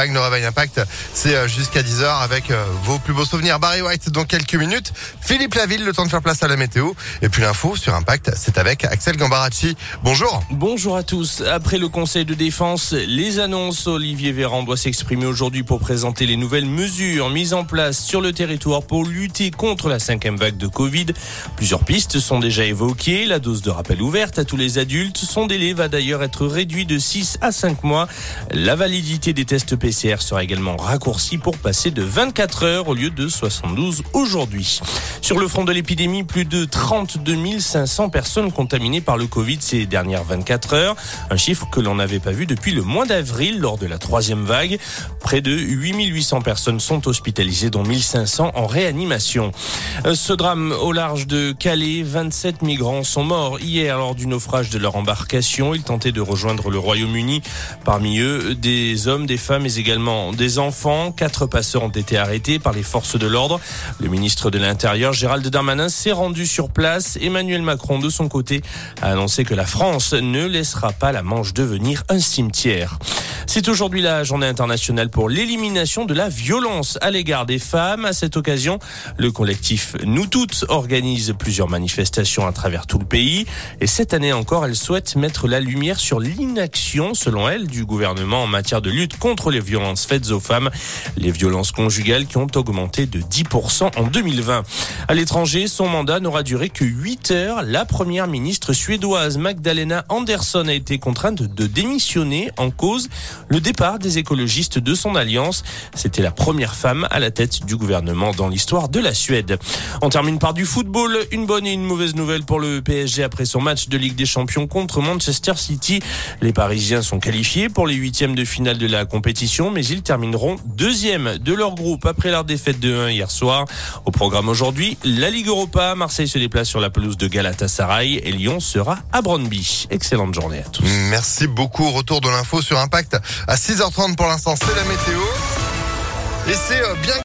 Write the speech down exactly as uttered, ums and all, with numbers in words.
Impact. Le réveil Impact, c'est jusqu'à dix heures avec vos plus beaux souvenirs. Barry White dans quelques minutes. Philippe Laville, le temps de faire place à la météo. Et puis l'info sur Impact, c'est avec Axel Gambaracci. Bonjour. Bonjour à tous. Après le Conseil de défense, les annonces, Olivier Véran doit s'exprimer aujourd'hui pour présenter les nouvelles mesures mises en place sur le territoire pour lutter contre la cinquième vague de Covid. Plusieurs pistes sont déjà évoquées. La dose de rappel ouverte à tous les adultes. Son délai va d'ailleurs être réduit de six à cinq mois. La validité des tests P C R sera également raccourcie pour passer de vingt-quatre heures au lieu de soixante-douze aujourd'hui. Sur le front de l'épidémie, plus de trente-deux mille cinq cents personnes contaminées par le Covid ces dernières vingt-quatre heures. Un chiffre que l'on n'avait pas vu depuis le mois d'avril lors de la troisième vague. Près de huit mille huit cents personnes sont hospitalisées, dont mille cinq cents en réanimation. Ce drame au large de Calais, vingt-sept migrants sont morts hier lors du naufrage de leur embarcation. Ils tentaient de rejoindre le Royaume-Uni. Parmi eux, des hommes, des femmes, mais également des enfants. Quatre passeurs ont été arrêtés par les forces de l'ordre. Le ministre de l'Intérieur, Gérald Darmanin, s'est rendu sur place. Emmanuel Macron, de son côté, a annoncé que la France ne laissera pas la Manche devenir un cimetière. C'est aujourd'hui la journée internationale pour l'élimination de la violence à l'égard des femmes. À cette occasion, le collectif Nous Toutes organise plusieurs manifestations à travers tout le pays. Et cette année encore, elle souhaite mettre la lumière sur l'inaction, selon elle, du gouvernement en matière de lutte contre les violences faites aux femmes. Les violences conjugales qui ont augmenté de dix pour cent en deux mille vingt. À l'étranger, son mandat n'aura duré que huit heures. La première ministre suédoise Magdalena Andersson a été contrainte de démissionner en cause le départ des écologistes de son alliance. C'était la première femme à la tête du gouvernement dans l'histoire de la Suède. On termine par du football. Une bonne et une mauvaise nouvelle pour le P S G après son match de Ligue des Champions contre Manchester City. Les Parisiens sont qualifiés pour les huitièmes de finale de la compétition, mais ils termineront deuxième de leur groupe après leur défaite de un hier soir. Au programme aujourd'hui, la Ligue Europa. Marseille se déplace sur la pelouse de Galatasaray et Lyon sera à Brøndby. Excellente journée à tous. Merci beaucoup. Retour de l'info sur Impact à six heures trente pour l'instant. C'est la météo. Et c'est bien